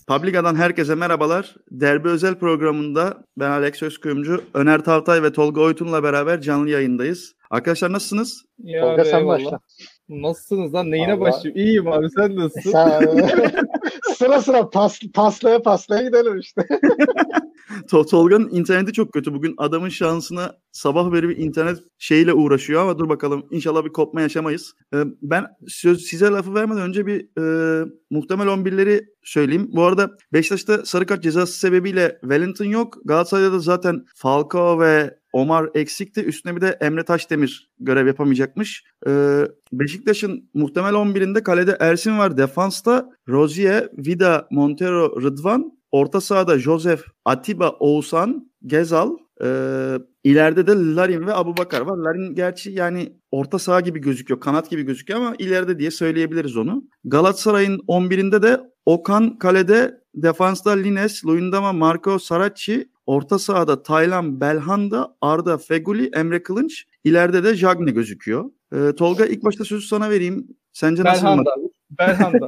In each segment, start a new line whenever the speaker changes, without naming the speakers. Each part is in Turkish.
Publica'dan herkese merhabalar. Derbi özel programında ben Alex Özkuyumcu, Öner Tavtay ve Tolga Oytun'la beraber canlı yayındayız. Arkadaşlar nasılsınız?
Ya
Tolga
abi,
sen
eyvallah.
başla.
Nasılsınız lan? Neyine
Vallahi-
başlayayım? İyiyim abi, sen nasılsın?
Sıra sıra paslaya gidelim işte.
Tolga'nın interneti çok kötü. Bugün adamın şansına sabah beri bir internet şeyiyle uğraşıyor ama dur bakalım inşallah bir kopma yaşamayız. Ben size lafı vermeden önce bir muhtemel 11'leri söyleyeyim. Bu arada Beşiktaş'ta sarı kart cezası sebebiyle Wellington yok. Galatasaray'da da zaten Falcao ve Omar eksikti. Üstüne bir de Emre Taşdemir görev yapamayacakmış. Beşiktaş'ın muhtemel 11'inde kalede Ersin var. Defansta Rozier, Vida, Montero, Rıdvan. Orta sahada Josef, Atiba, Oğuzhan, Gezal. İleride de Larin ve Abubakar var. Larin gerçi yani orta saha gibi gözüküyor. Kanat gibi gözüküyor ama ileride diye söyleyebiliriz onu. Galatasaray'ın 11'inde de Okan kalede, defansta Lines, Luyendama, Marco Saracchi, orta sahada Taylan, Belhanda, Arda, Feguli, Emre Kılınç. İleride de Jagne gözüküyor. Tolga ilk başta sözü sana vereyim. Sence nasıl bir maç?
Belhanda.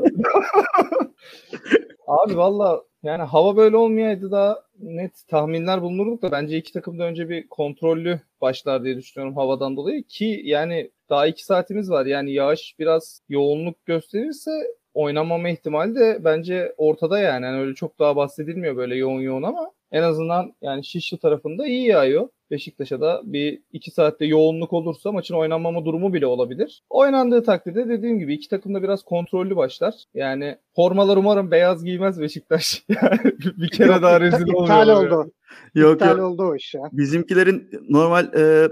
Abi valla yani hava böyle olmayaydı da net tahminler bulunurduk da bence iki takım da önce bir kontrollü başlar diye düşünüyorum havadan dolayı ki yani daha 2 saatimiz var. Yani yağış biraz yoğunluk gösterirse oynamama ihtimali de bence ortada yani. Yani öyle çok daha bahsedilmiyor böyle yoğun ama en azından yani Şişli tarafında iyi yağıyor. Beşiktaş'a da bir 2 saatte yoğunluk olursa maçın oynanmama durumu bile olabilir. Oynandığı takdirde dediğim gibi iki takım da biraz kontrollü başlar. Yani formalar umarım beyaz giymez Beşiktaş. Yani bir kere daha rezil olmuyor.
İptal oldu.
Yok.
İptal oldu o iş ya.
Bizimkilerin normal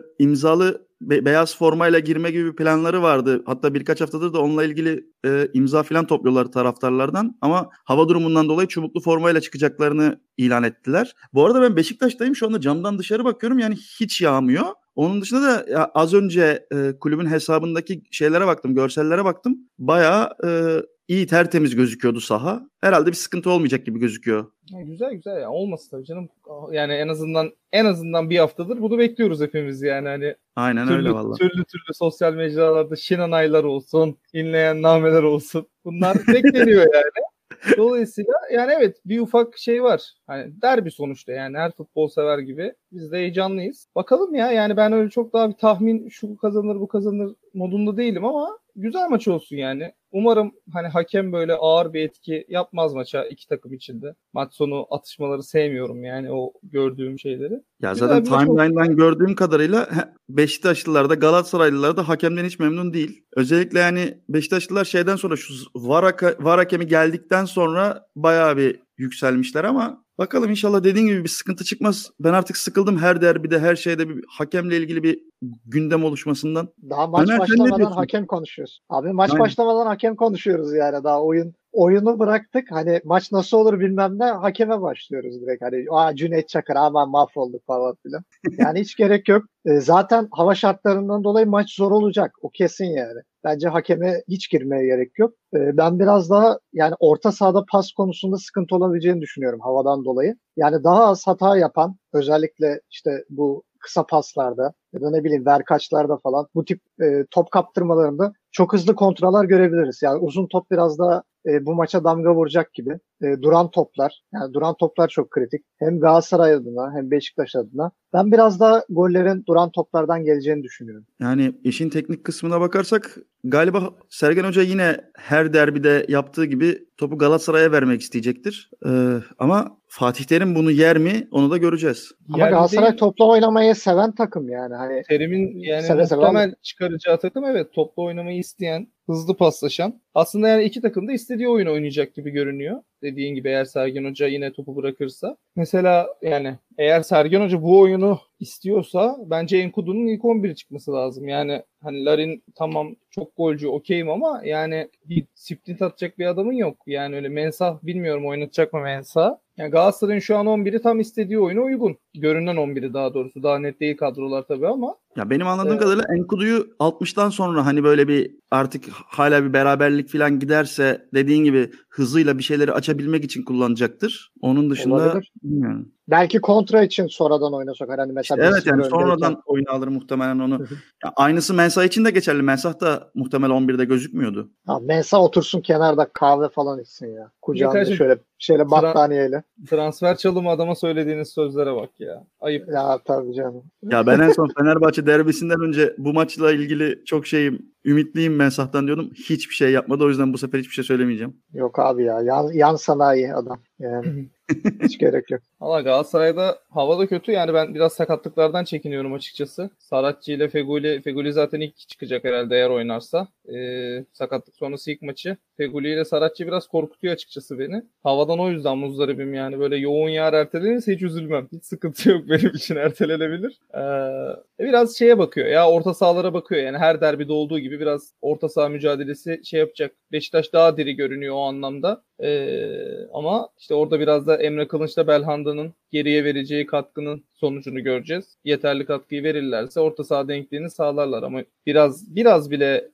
imzalı beyaz formayla girme gibi bir planları vardı. Hatta birkaç haftadır da onunla ilgili imza falan topluyorlar taraftarlardan. Ama hava durumundan dolayı çubuklu formayla çıkacaklarını ilan ettiler. Bu arada ben Beşiktaş'tayım. Şu anda camdan dışarı bakıyorum. Yani hiç yağmıyor. Onun dışında da ya az önce kulübün hesabındaki şeylere baktım, görsellere baktım. Bayağı iyi tertemiz gözüküyordu saha. Herhalde bir sıkıntı olmayacak gibi gözüküyor.
Ya güzel ya, olmasın tabii canım. Yani en azından bir haftadır bunu bekliyoruz hepimiz yani hani.
Aynen öyle vallahi.
Türlü sosyal mecralarda şinanaylar olsun, inleyen nameler olsun. Bunlar bekleniyor yani. Dolayısıyla yani evet bir ufak şey var. Hani derbi sonuçta yani her futbol sever gibi biz de heyecanlıyız. Bakalım ya yani ben öyle çok daha bir tahmin şu kazanır bu kazanır modunda değilim ama güzel maç olsun yani. Umarım hani hakem böyle ağır bir etki yapmaz maça iki takım içinde. Maç sonu atışmaları sevmiyorum yani o gördüğüm şeyleri.
Ya
Güzel
zaten
bir maç
timeline'dan gördüğüm kadarıyla Beşiktaşlılar da Galatasaraylılar da hakemden hiç memnun değil. Özellikle yani Beşiktaşlılar şeyden sonra şu VAR hakemi geldikten sonra bayağı bir yükselmişler ama bakalım inşallah dediğin gibi bir sıkıntı çıkmaz. Ben artık sıkıldım her derbide her şeyde bir hakemle ilgili bir gündem oluşmasından.
Daha maç
Öner, sen ne
başlamadan
diyorsun?
hakem konuşuyoruz. Abi maç
Aynen.
başlamadan hakem konuşuyoruz yani. Daha oyunu bıraktık. Hani maç nasıl olur bilmem ne hakeme başlıyoruz direkt. Hani Cüneyt Çakır aman mahvolduk falan filan. Yani hiç gerek yok. Zaten hava şartlarından dolayı maç zor olacak. O kesin yani. Bence hakeme hiç girmeye gerek yok. Ben biraz daha yani orta sahada pas konusunda sıkıntı olabileceğini düşünüyorum havadan dolayı. Yani daha az hata yapan özellikle işte bu kısa paslarda ya da ne bileyim verkaçlarda falan bu tip top kaptırmalarında çok hızlı kontralar görebiliriz. Yani uzun top biraz daha bu maça damga vuracak gibi. Duran toplar. Yani duran toplar çok kritik. Hem Galatasaray adına hem Beşiktaş adına. Ben biraz daha gollerin duran toplardan geleceğini düşünüyorum.
Yani işin teknik kısmına bakarsak galiba Sergen Hoca yine her derbide yaptığı gibi topu Galatasaray'a vermek isteyecektir. Ama Fatih Terim bunu yer mi onu da göreceğiz.
Ama Galatasaray topla oynamayı seven takım yani. Hani
Terim'in yani
seve
muhtemel çıkaracağı takım evet topla oynamayı isteyen, hızlı paslaşan. Aslında yani iki takım da istediği oyunu oynayacak gibi görünüyor. Dediğin gibi eğer Sergen Hoca yine topu bırakırsa. Mesela yani eğer Sergen Hoca bu oyunu istiyorsa bence Enkudu'nun ilk 11'i çıkması lazım. Yani hani Larin tamam çok golcü okeyim ama yani bir sprint atacak bir adamın yok. Yani öyle Mensah bilmiyorum oynatacak mı Mensah. Yani Galatasaray'ın şu an 11'i tam istediği oyuna uygun. Görünen 11'i daha doğrusu. Daha net değil kadrolar tabii ama
Ya benim anladığım kadarıyla Enkudu'yu 60'tan sonra hani böyle bir artık hala bir beraberlik falan giderse dediğin gibi hızıyla bir şeyleri açabilmek için kullanacaktır. Onun dışında
Olabilir.
bilmiyorum.
Belki kontra için sonradan oynasak hani mesela
İşte evet
1-0
yani
öndeyken.
sonradan oyuna alır muhtemelen onu. Ya aynısı Mensah için de geçerli. Mensah da muhtemel 11'de gözükmüyordu.
Ha, Mensah otursun kenarda kahve falan içsin ya.
Bir de
Kucağında
kardeşim
şöyle battaniyeyle.
transfer çalımı adama söylediğiniz sözlere bak ya. Ayıp.
Ya tabii canım.
Ya ben en son Fenerbahçe derbisinden önce bu maçla ilgili çok ümitliyim Mensah'tan diyordum. Hiçbir şey yapmadı. O yüzden bu sefer hiçbir şey söylemeyeceğim.
Yok abi ya. Yan sanayi adam. Yani hiç gerek yok.
Valla Galatasaray'da hava da kötü. Yani ben biraz sakatlıklardan çekiniyorum açıkçası. Saratçı ile Feguli zaten ilk çıkacak herhalde eğer oynarsa. Sakatlık sonrası ilk maçı. Feguli ile Saratçı biraz korkutuyor açıkçası beni. Havadan o yüzden muzdaribim yani. Böyle yoğun yağar ertelenirse hiç üzülmem. Hiç sıkıntı yok benim için, ertelenebilir. Biraz şeye bakıyor ya, orta sahalara bakıyor. Yani her derbide olduğu gibi biraz orta saha mücadelesi yapacak. Beşiktaş daha diri görünüyor o anlamda. Ama işte orada biraz da Emre Kılınç'la Belhanda'nın geriye vereceği katkının sonucunu göreceğiz. Yeterli katkıyı verirlerse orta saha denkliğini sağlarlar ama biraz bile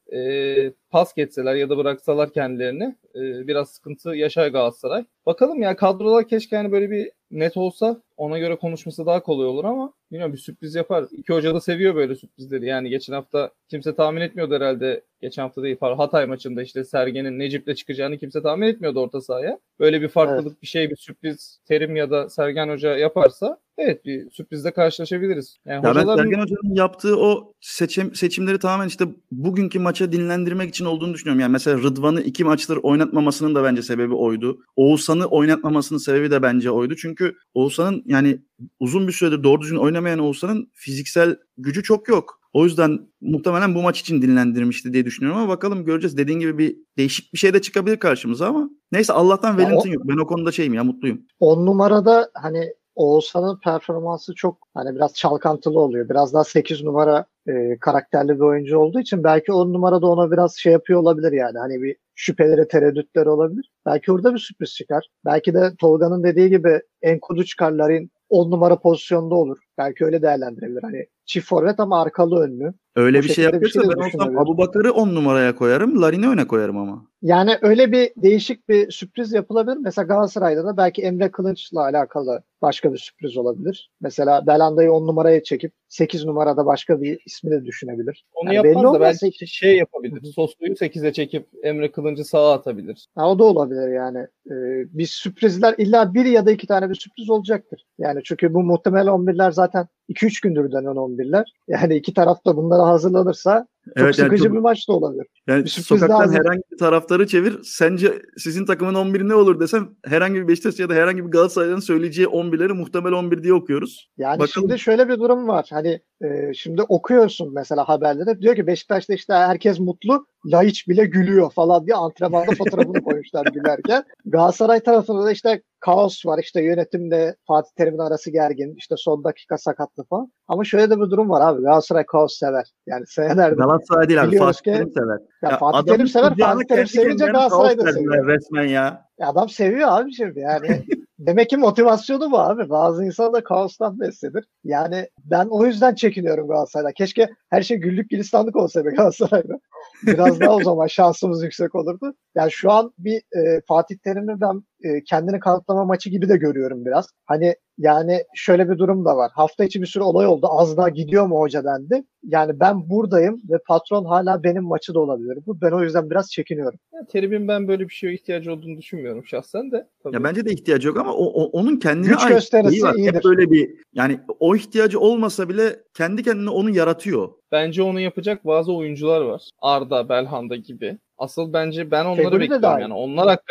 pas geçseler ya da bıraksalar kendilerini biraz sıkıntı yaşar Galatasaray. Bakalım ya, kadrolar keşke yani böyle bir net olsa, ona göre konuşması daha kolay olur ama bilmiyorum, bir sürpriz yapar. İki hoca da seviyor böyle sürprizleri. Yani geçen hafta kimse tahmin etmiyordu herhalde. Geçen hafta değil, Hatay maçında işte Sergen'in Necip'le çıkacağını kimse tahmin etmiyordu orta sahaya. Böyle bir farklılık, bir şey, bir sürpriz Terim ya da Sergen Hoca yaparsa evet, bir sürprizle karşılaşabiliriz. Yani
Ya ben Sergen Hoca'nın yaptığı o seçimleri tamamen işte bugünkü maça dinlendirmek için olduğunu düşünüyorum. Yani mesela Rıdvan'ı 2 maçtır oynatmamasının da bence sebebi oydu. Oğuzhan'ı oynatmamasının sebebi de bence oydu. Çünkü Oğuzhan'ın yani uzun bir süredir doğru düzgün oynamayan Oğuzhan'ın fiziksel gücü çok yok. O yüzden muhtemelen bu maç için dinlendirmişti diye düşünüyorum ama bakalım, göreceğiz. Dediğin gibi bir değişik bir şey de çıkabilir karşımıza ama neyse, Allah'tan Wellington yok. Ben o konuda mutluyum.
10 numarada hani Oğuzhan'ın performansı çok hani biraz çalkantılı oluyor. Biraz daha 8 numara karakterli bir oyuncu olduğu için belki 10 numarada ona biraz yapıyor olabilir yani. Hani bir şüpheleri, tereddütleri olabilir. Belki orada bir sürpriz çıkar. Belki de Tolga'nın dediği gibi Enkudu çıkar, Larin 10 numara pozisyonda olur. Belki öyle değerlendirebilir. Hani çift forvet ama arkalı önlü.
Öyle
O
bir şey
şekilde
yapıyorsa
de
ben olsam
düşünebilir.
Abubakar'ı 10 numaraya koyarım, Larin'i öne koyarım ama.
Yani öyle bir değişik bir sürpriz yapılabilir. Mesela Galatasaray'da da belki Emre Kılınç'la alakalı başka bir sürpriz olabilir. Mesela Belanda'yı 10 numaraya çekip 8 numarada başka bir ismi de düşünebilir.
Onu
Yani belli
yapmaz da
olmaz.
belki yapabilir. Soslu'yu 8'e çekip Emre Kılınç'ı sağa atabilir.
Ha, o da olabilir yani. Bir sürprizler illa bir ya da iki tane bir sürpriz olacaktır. Yani çünkü bu muhtemel 11'ler zaten 2-3 gündür dönen 11'ler. Yani iki taraf da bunlara hazırlanırsa çok
Evet, yani
sıkıcı bir maç da olabilir.
yani
Bir sürpriz
sokaktan
lazım.
herhangi bir taraftarı çevir. Sence sizin takımın 11'i ne olur desem, herhangi bir Beşiktaş ya da herhangi bir Galatasaray'ın söyleyeceği 11'leri muhtemel 11 diye okuyoruz.
Yani
Bakalım.
şimdi şöyle bir durum var. Hani şimdi okuyorsun mesela haberleri. Diyor ki Beşiktaş'ta işte herkes mutlu. Laiç bile gülüyor falan diye antrenmanda fotoğrafını koymuşlar gülerken. Galatasaray tarafında da işte kaos var. İşte yönetimle Fatih Terim'in arası gergin. İşte son dakika sakatlı falan. Ama şöyle de bir durum var abi. Galatasaray kaos sever. Yani senelerdir
Galatasaray değil abi.
biliyoruz
Fatih
ki
Terim sever.
ya
Ya
Fatih Terim
adamın
sever.
kucağına
Fatih Terim
kendi
sevince
kendilerine kaos
Galatasaray da
verdiler
seviyor.
resmen ya.
Adam seviyor abi şimdi yani. Demek ki motivasyonu bu abi. Bazı insan da kaostan beslenir. Yani ben o yüzden çekiniyorum Galatasaray'dan. Keşke her şey güllük gülistanlık olsaydı Galatasaray'da. Biraz daha o zaman şansımız yüksek olurdu. Yani şu an bir Fatih Terim'i ben kendini kanıtlama maçı gibi de görüyorum biraz. Hani yani şöyle bir durum da var. Hafta içi bir sürü olay oldu. Az daha gidiyor mu hoca dendi. Yani ben buradayım ve patron hala benim maçı da olabilir. Ben o yüzden biraz çekiniyorum.
Ya, Terim'in ben böyle bir şeye ihtiyacı olduğunu düşünmüyorum şahsen de. Tabii.
Ya bence de ihtiyacı yok ama onun kendine
Güç
ait
gösterisi
şeyi var.
iyidir.
Hep böyle bir, yani o ihtiyacı olmasa bile kendi kendine onu yaratıyor.
Bence onu yapacak bazı oyuncular var. Arda, Belhanda gibi. Asıl bence ben onları
Feguli de
bekliyorum
dahil.
yani.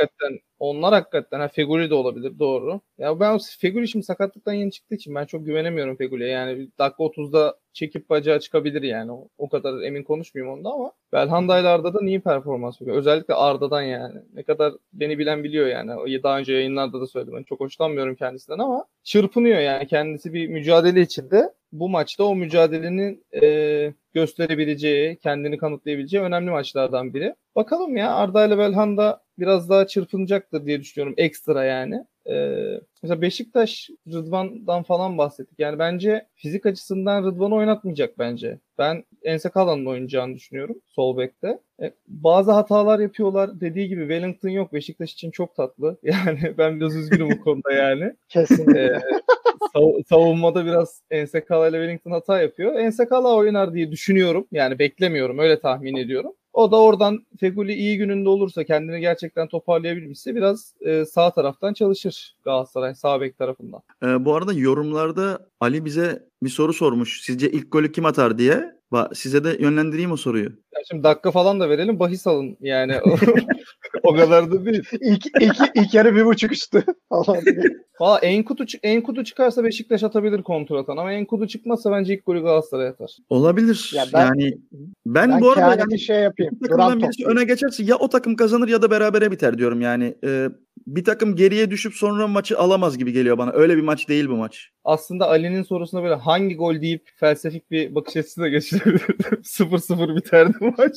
Onlar hakikaten Feguli de olabilir, doğru. Ya ben Feguli şimdi sakatlıktan yeni çıktığı için ben çok güvenemiyorum Feguli'ye. Yani dakika 30'da çekip bacağı çıkabilir yani. O kadar emin konuşmayayım onda ama Belhanda ile Arda'dan iyi performans veriyor. Özellikle Arda'dan yani. Ne kadar beni bilen biliyor yani. Daha önce yayınlarda da söyledim. Ben çok hoşlanmıyorum kendisinden ama çırpınıyor yani. Kendisi bir mücadele içinde. Bu maçta o mücadelenin gösterebileceği, kendini kanıtlayabileceği önemli maçlardan biri. Bakalım ya, Arda ile Belhanda biraz daha çırpınacaktır diye düşünüyorum, ekstra yani. mesela Beşiktaş Rıdvan'dan falan bahsettik. Yani bence fizik açısından Rıdvan'ı oynatmayacak bence. Ben Ensekala'nın oynayacağını düşünüyorum sol bekte. Bazı hatalar yapıyorlar. Dediği gibi Wellington yok. Beşiktaş için çok tatlı. Yani ben biraz üzgünüm bu konuda yani.
Kesinlikle.
Savunmada biraz Ensekala ile Wellington hata yapıyor. Ensekala oynar diye düşünüyorum. Yani beklemiyorum. Öyle tahmin ediyorum. O da oradan Feguli iyi gününde olursa, kendini gerçekten toparlayabilmişse biraz sağ taraftan çalışır Galatasaray sağ bek tarafından.
Bu arada yorumlarda Ali bize bir soru sormuş. Sizce ilk golü kim atar diye. Size de yönlendireyim o soruyu.
Ya şimdi dakika falan da verelim, bahis alın yani. O kadar da değil.
İlk yarı 1.5 üstü falan.
Valla Enkudu çıkarsa Beşiktaş atabilir kontratan, ama Enkudu çıkmazsa bence ilk golü Galatasaray atar.
Olabilir.
Ya
ben bu arada
yani şey yapayım.
Bir takımdan birisi öne geçerse ya o takım kazanır ya da berabere biter diyorum yani. Bir takım geriye düşüp sonra maçı alamaz gibi geliyor bana. Öyle bir maç değil bu maç.
Aslında Ali'nin sorusuna böyle hangi gol deyip felsefik bir bakış açısı da geçirebilirdim. 0-0 biterdi maç.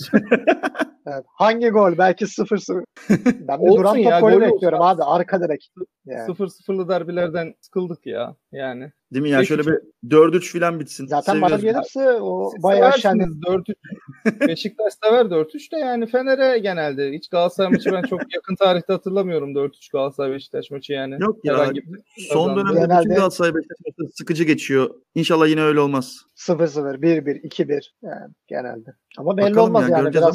Evet. Hangi gol? Belki 0-0. Ben bir
Olsun
duran
ya,
top golü
gol
bekliyorum abi. Arka direkt. Yani.
0-0'lı derbilerden sıkıldık ya yani.
Değil mi ya? Şöyle bir 4-3 falan bitsin.
Zaten bana gelirse o bayağı şenlik.
4-3. Beşiktaş sever 4-3 de yani Fener'e genelde. Hiç Galatasaray maçı ben çok yakın tarihte hatırlamıyorum 4-3 Galatasaray Beşiktaş maçı yani.
Yok ya. Son dönemde
genelde
bütün Galatasaray Beşiktaş maçı sıkıcı geçiyor. İnşallah yine öyle olmaz.
0-0, 1-1, 2-1 yani genelde. Ama belli
Bakalım
olmaz
ya,
yani. Biraz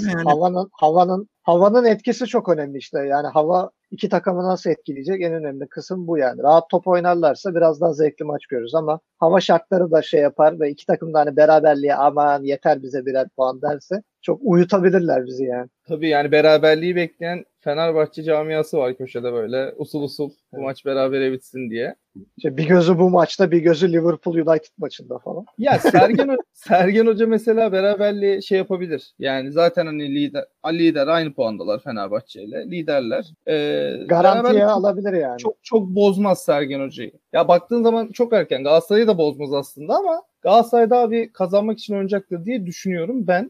yani.
havanın etkisi çok önemli işte. Yani hava iki takımı nasıl etkileyecek, en önemli kısım bu yani. Rahat top oynarlarsa biraz daha zevkli maç görürüz ama hava şartları da şey yapar ve iki takım da hani beraberliğe aman yeter bize birer puan derse çok uyutabilirler bizi yani.
Tabii yani beraberliği bekleyen Fenerbahçe camiası var köşede böyle usul usul bu maç berabere bitsin diye.
İşte bir gözü bu maçta, bir gözü Liverpool United maçında falan.
Ya Sergen Hoca mesela beraberliği şey yapabilir. Yani zaten hani lider aynı puandalar Fenerbahçe ile. Liderler.
Garantiye alabilir yani.
Çok bozmaz Sergen Hoca'yı. Ya baktığın zaman çok erken. Galatasaray'ı da bozmaz aslında ama Galatasaray daha bir kazanmak için oynayacaktır diye düşünüyorum ben.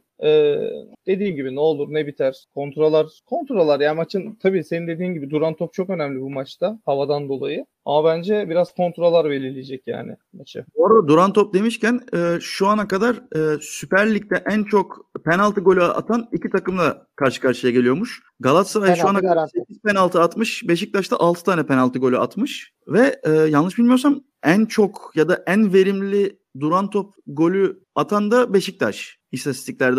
Dediğim gibi ne olur ne biter. Kontrolar yani maçın, tabii senin dediğin gibi duran top çok önemli bu maçta havadan dolayı. Ama bence biraz kontrolar belirleyecek yani maçı.
Bu arada duran top demişken şu ana kadar Süper Lig'de en çok penaltı golü atan iki takımla karşı karşıya geliyormuş. Galatasaray şu ana kadar 8 penaltı atmış. Beşiktaş da 6 tane penaltı golü atmış. Ve yanlış bilmiyorsam en çok ya da en verimli duran top golü atan da Beşiktaş istatistiklerde.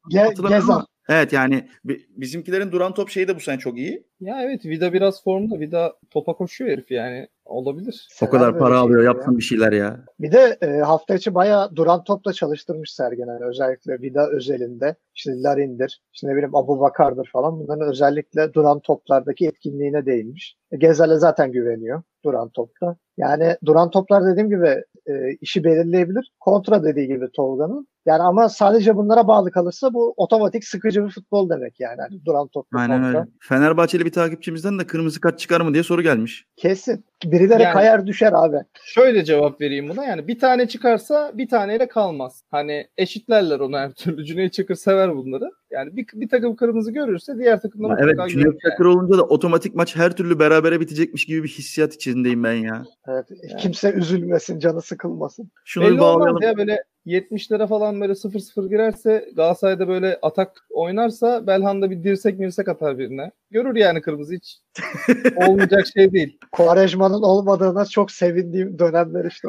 Gezal.
Evet yani bizimkilerin duran top şeyi de bu sene çok iyi.
Ya evet, Vida biraz formda. Vida topa koşuyor herif yani. Olabilir.
O kadar para alıyor, yapsın bir şeyler ya.
Bir de hafta içi bayağı duran topla çalıştırmış Sergen. Yani özellikle Vida özelinde. İşte Larin'dir, işte ne bileyim Abubakar'dır falan. Bunların özellikle duran toplardaki etkinliğine değinmiş. Gezal'e zaten güveniyor duran topta. Yani duran toplar dediğim gibi işi belirleyebilir. Kontra dediği gibi Tolga'nın. Yani ama sadece bunlara bağlı kalırsa bu otomatik sıkıcı bir futbol demek yani. Yani duran topla
aynen
kontra.
Öyle. Fenerbahçeli bir takipçimizden de kırmızı kart çıkar mı diye soru gelmiş.
Kesin. Birileri yani, kayar düşer abi.
Şöyle cevap vereyim buna. Yani bir tane çıkarsa bir taneyle kalmaz. Hani eşitlerler onu her türlü. Cüneyt Çakır sever bunları. Yani bir takım kırmızı görürse diğer takımda mutlaka
evet, Cüneyt Çakır olunca da otomatik maç her türlü berabere bitecekmiş gibi bir hissiyat içindeyim ben ya.
Evet, yani. Kimse üzülmesin, canı sıkılmasın.
Şunu belli bağlayalım.
Ya böyle 70'lere falan böyle 0-0 girerse, Galatasaray'da böyle atak oynarsa Belhanda bir dirsek atar birine. Görür yani kırmızı, hiç olmayacak şey değil.
Quaresma'nın olmadığına çok sevindiğim dönemler işte.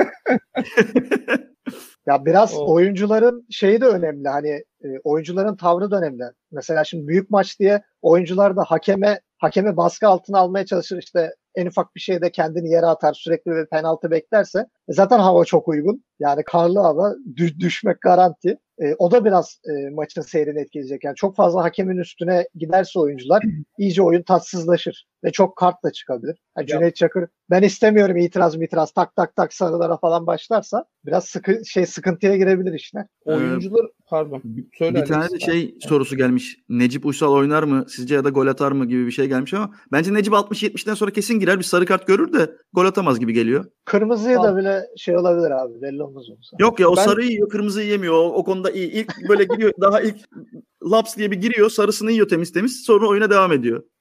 Ya biraz oyuncuların şeyi de önemli. Hani oyuncuların tavrı da önemli. Mesela şimdi büyük maç diye oyuncular da hakeme baskı altına almaya çalışır, işte en ufak bir şeyde kendini yere atar, sürekli bir penaltı beklerse. Zaten hava çok uygun. Yani karlı hava, düşmek garanti. O da biraz maçın seyrini etkileyecek. Yani çok fazla hakemin üstüne giderse oyuncular iyice oyun tatsızlaşır ve çok kart da çıkabilir. Yani Cüneyt Çakır ben istemiyorum itiraz tak sarılara falan başlarsa biraz sıkıntıya girebilir işler.
Oyuncular
bir tane de sorusu gelmiş. Necip Uysal oynar mı sizce ya da gol atar mı gibi bir şey gelmiş ama bence Necip 60-70'den sonra kesin girer, bir sarı kart görür de gol atamaz gibi geliyor.
Kırmızıya da bile şey olabilir abi, belli olmaz olsa.
Yok ya, o sarıyı yiyor, kırmızıyı yemiyor. O konuda iyi. İlk böyle giriyor, daha ilk laps diye bir giriyor, sarısını yiyor temiz sonra oyuna devam ediyor.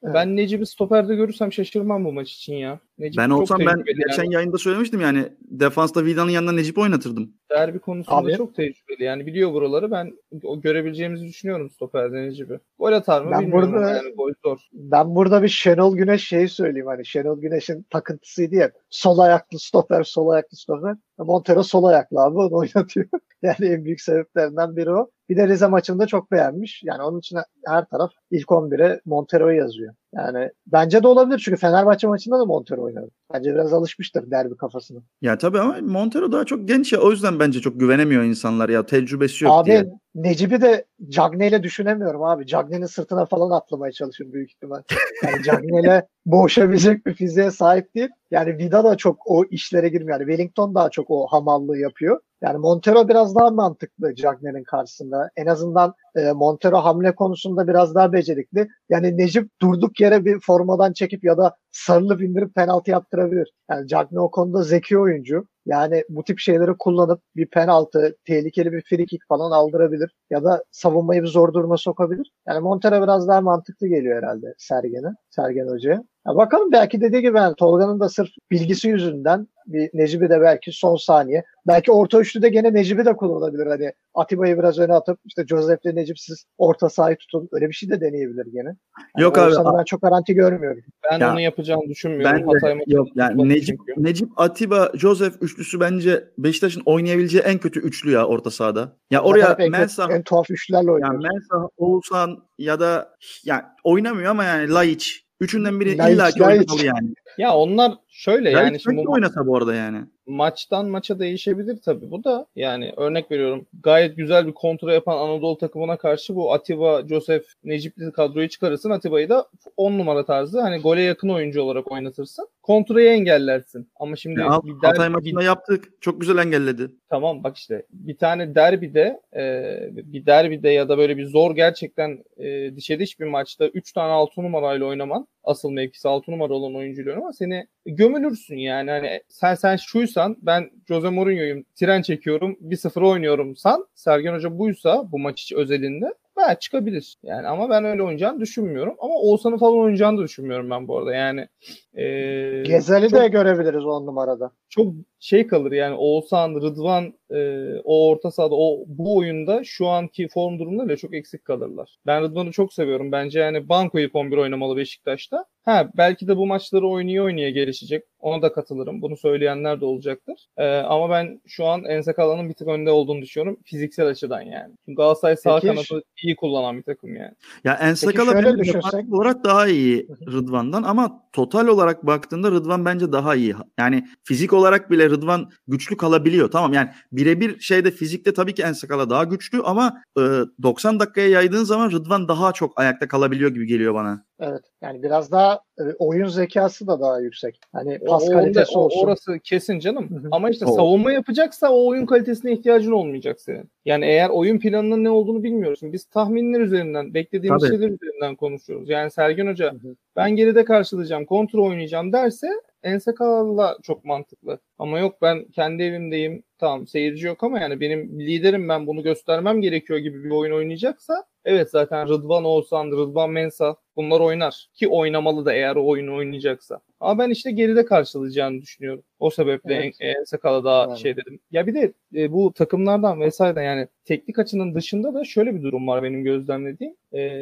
Evet.
Ben Necip'i stoperde görürsem şaşırmam bu maç için ya. Necip
Ben
çok
olsam ben
tecrübeli
geçen
yani.
yayında söylemiştim yani defansta Vida'nın yanına Necip oynatırdım.
Derbi konusunda
Abi,
çok tecrübeli. Yani biliyor buraları. Ben görebileceğimizi düşünüyorum stoperde Necip'i. Gol atar mı
ben
bilmiyorum ama
burada
yani gol zor.
ben burada bir Şenol Güneş şeyi söyleyeyim. Hani Şenol Güneş'in takıntısıydı ya. Sol ayaklı stoper, sol ayaklı stoper. Montero sol ayaklı abi, onu oynatıyor. Yani en büyük sebeplerinden biri o. Bir de Rize maçında çok beğenmiş. Yani onun için her taraf ilk 11'e Montero'yu yazıyor. Yani bence de olabilir çünkü Fenerbahçe maçında da Montero oynadı. Bence biraz alışmıştır derbi kafasına.
Ya tabii ama Montero daha çok genç ya, o yüzden bence çok güvenemiyor insanlar ya, tecrübesi yok diye.
Abi Necip'i de Cagney ile düşünemiyorum abi. Cagney'in sırtına falan atlamaya çalışır büyük ihtimal. Yani Cagney ile boğuşabilecek bir fiziğe sahip değil. Yani Vida da çok o işlere girmiyor. Yani Wellington daha çok o hamallığı yapıyor. Yani Montero biraz daha mantıklı Cagney'in karşısında. En azından Montero hamle konusunda biraz daha becerikli. Yani Necip durduk yere bir formadan çekip ya da sarılıp indirip penaltı yaptırabilir. Yani Cagney o konuda zeki oyuncu. Yani bu tip şeyleri kullanıp bir penaltı, tehlikeli bir free kick falan aldırabilir. Ya da savunmayı bir zor duruma sokabilir. Yani Montero biraz daha mantıklı geliyor herhalde Sergen Hoca'ya. Ya bakalım, belki dediği gibi yani Tolga'nın da sırf bilgisi yüzünden bir Necip'i de belki son saniye. Belki orta üçlüde gene Necip'i de kullanabilir. Hani Atiba'yı biraz öne atıp işte Josef'le Necip siz orta sahayı tutun. Öyle bir şey de deneyebilir gene. Yani
Yok abi,
Oğuzhan'ı ben çok garanti görmüyorum.
Ben
ya
onu yapacağını düşünmüyorum.
ben de
Hatay maçında
yok yani
tutmadı çünkü.
Necip Atiba Josef üçlüsü bence Beşiktaş'ın oynayabileceği en kötü üçlü ya orta sahada. Ya
Zaten
oraya
hep
Mensah,
en tuhaf üçlerle
yani
oynuyor.
Mensah, Oğuzhan ya da yani oynamıyor ama yani Laiç, üçünden biri illaki
Laiç.
oynamalı yani.
Ya onlar şöyle
Laiç
yani şimdi
belki oynasa bu arada yani.
maçtan maça değişebilir tabii bu da. Yani örnek veriyorum, gayet güzel bir kontra yapan Anadolu takımına karşı bu Atiba, Josef, Necipli kadroyu çıkarırsın. Atiba'yı da 10 numara tarzı hani gole yakın oyuncu olarak oynatırsın. Kontrayı engellersin. Ama şimdi
Ya
bir
Hatay maçında yaptık. Çok güzel engelledi.
tamam bak işte bir tane derbide ya da böyle bir zor gerçekten dişe diş bir maçta 3 tane 6 numarayla oynaman, asıl mevkisi 6 numara olan oyuncuyla oynaman, seni gömülürsün yani. Hani sen şuysan, ben Jose Mourinho'yum, tren çekiyorum 1-0 oynuyorum san, Sergen Hoca buysa bu maç özelinde belki çıkabilir. Yani ama ben öyle oynayacağını düşünmüyorum. Ama Oğuzhan'ın falan oynayacağını da düşünmüyorum ben bu arada. Yani
Gezel'i
çok
de görebiliriz 10 numarada.
çok şey kalır yani. Oğuzhan, Rıdvan o orta sahada bu oyunda şu anki form durumlarıyla çok eksik kalırlar. Ben Rıdvan'ı çok seviyorum. Bence yani banko ilk 11 oynamalı Beşiktaş'ta. Belki de bu maçları oynaya gelişecek. Ona da katılırım. Bunu söyleyenler de olacaktır. Ama ben şu an Ensekala'nın bir tık önde olduğunu düşünüyorum. Fiziksel açıdan yani. Çünkü Galatasaray sağ kanatı iyi kullanan bir takım yani.
Ya
Peki
Ensakala
şöyle
bence
düşünsek.
defansif olarak daha iyi Rıdvan'dan ama total olarak baktığında Rıdvan bence daha iyi. Yani fizik olarak bile Rıdvan güçlü kalabiliyor. Tamam yani birebir şeyde, fizikte tabii ki Ensakala daha güçlü ama 90 dakikaya yaydığın zaman Rıdvan daha çok ayakta kalabiliyor gibi geliyor bana.
Evet. Yani biraz daha oyun zekası da daha yüksek. Hani pas kalitesi olsun.
Orası kesin canım.
Hı hı.
Ama işte savunma yapacaksa o oyun kalitesine ihtiyacın olmayacak senin. Yani eğer oyun planının ne olduğunu bilmiyorsun. Biz tahminler üzerinden, beklediğimiz şeyler üzerinden konuşuyoruz. Yani Sergen Hoca ben geride karşılayacağım, kontrol oynayacağım derse Ensekala'la çok mantıklı. Ama yok, ben kendi evimdeyim, tamam seyirci yok ama yani benim liderim, ben bunu göstermem gerekiyor gibi bir oyun oynayacaksa evet, zaten Rıdvan Oğuzhan, Rıdvan Mensah bunlar oynar. Ki oynamalı da eğer o oyunu oynayacaksa. Ama ben işte geride karşılayacağını düşünüyorum. O sebeple Ensekala daha şey dedim. Ya bir de bu takımlardan vesaire yani teknik açının dışında da şöyle bir durum var benim gözlemlediğim.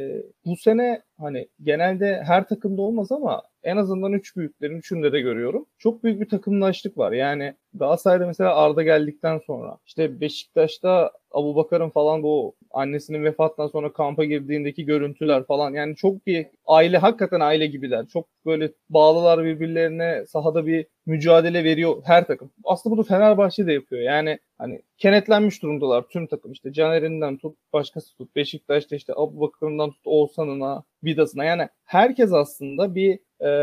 Bu sene hani genelde her takımda olmaz ama en azından 3 büyüklerin üçünde de görüyorum. Çok büyük bir takımlaştık var. Yani Galatasaray'da mesela Arda geldikten sonra, işte Beşiktaş'ta Abubakar'ın falan bu annesinin vefatından sonra kampa girdiğindeki görüntüler falan, yani çok bir aile, hakikaten aile gibiler. Çok böyle bağlılar birbirlerine, sahada bir mücadele veriyor her takım. Aslında bunu Fenerbahçe de yapıyor. Yani hani kenetlenmiş durumdalar tüm takım. İşte Caner'inden tut, başkası tut. Beşiktaş'ta işte Abubakar'ından tut, Oğuzhan'ına, Vidas'ına. Yani herkes aslında bir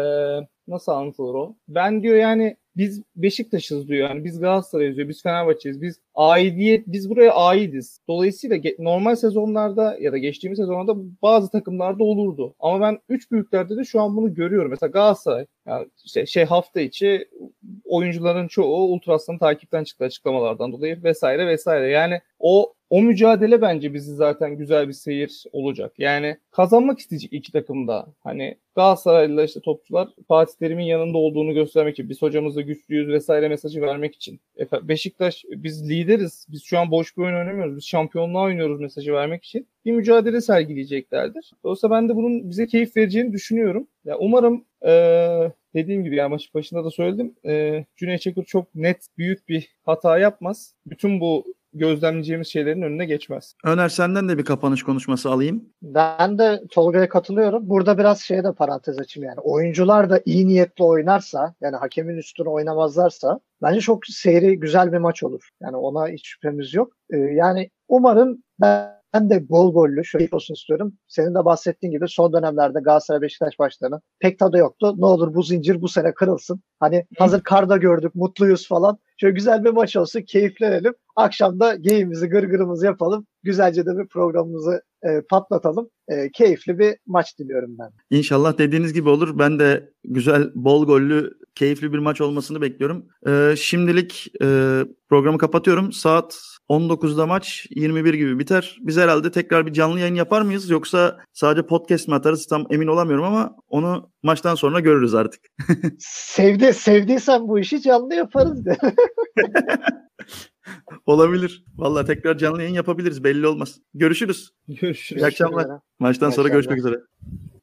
nasıl anlatılır o? Ben diyor yani biz Beşiktaş'ız diyor. Yani biz Galatasaray'ız diyor. Biz Fenerbahçe'yiz. Biz aidiyet, biz buraya aidiz. Dolayısıyla normal sezonlarda ya da geçtiğimiz sezonlarda bazı takımlarda olurdu. Ama ben 3 büyüklerde de şu an bunu görüyorum. Mesela Galatasaray, yani işte hafta içi oyuncuların çoğu Ultras'tan takipten çıktı açıklamalardan dolayı vesaire vesaire. Yani o o mücadele bence bizi zaten güzel bir seyir olacak. Yani kazanmak isteyecek iki takım da. Hani Galatasaray'la işte topçular Fatih Terim'in yanında olduğunu göstermek için, biz hocamızla güçlüyüz vesaire mesajı vermek için. Beşiktaş biz lideriz. Biz şu an boş bir oyun oynamıyoruz. Biz şampiyonluğa oynuyoruz mesajı vermek için bir mücadele sergileyeceklerdir. Dolayısıyla ben de bunun bize keyif vereceğini düşünüyorum. Ya umarım dediğim gibi ya maçın başında da söyledim. Cüneyt Çakır çok net büyük bir hata yapmaz. Bütün bu gözlemleyeceğimiz şeylerin önüne geçmez.
Öner, senden de bir kapanış konuşması alayım.
Ben de Tolga'ya katılıyorum. Burada biraz şeye de parantez açayım yani. Oyuncular da iyi niyetli oynarsa, yani hakemin üstüne oynamazlarsa bence çok seyri güzel bir maç olur. Yani ona hiç şüphemiz yok. Yani umarım ben de gol gollü şöyle olsun istiyorum. Senin de bahsettiğin gibi son dönemlerde Galatasaray Beşiktaş maçlarının pek tadı yoktu. Ne olur bu zincir bu sene kırılsın. Hani hazır karda gördük, mutluyuz falan. Şöyle güzel bir maç olsun, keyiflenelim. Akşam da geyimizi, gırgırımızı yapalım. Güzelce de bir programımızı patlatalım. Keyifli bir maç diliyorum ben.
İnşallah dediğiniz gibi olur. Ben de güzel, bol gollü, keyifli bir maç olmasını bekliyorum. Şimdilik programı kapatıyorum. Saat 19'da maç 21 gibi biter. Biz herhalde tekrar bir canlı yayın yapar mıyız? Yoksa sadece podcast mi atarız? Tam emin olamıyorum ama onu maçtan sonra görürüz artık.
Sevdiysen bu işi canlı yaparız de.
Olabilir. Vallahi tekrar canlı yayın yapabiliriz. Belli olmaz. Görüşürüz.
Görüşürüz.
İyi akşamlar. Maçtan sonra görüşmek üzere.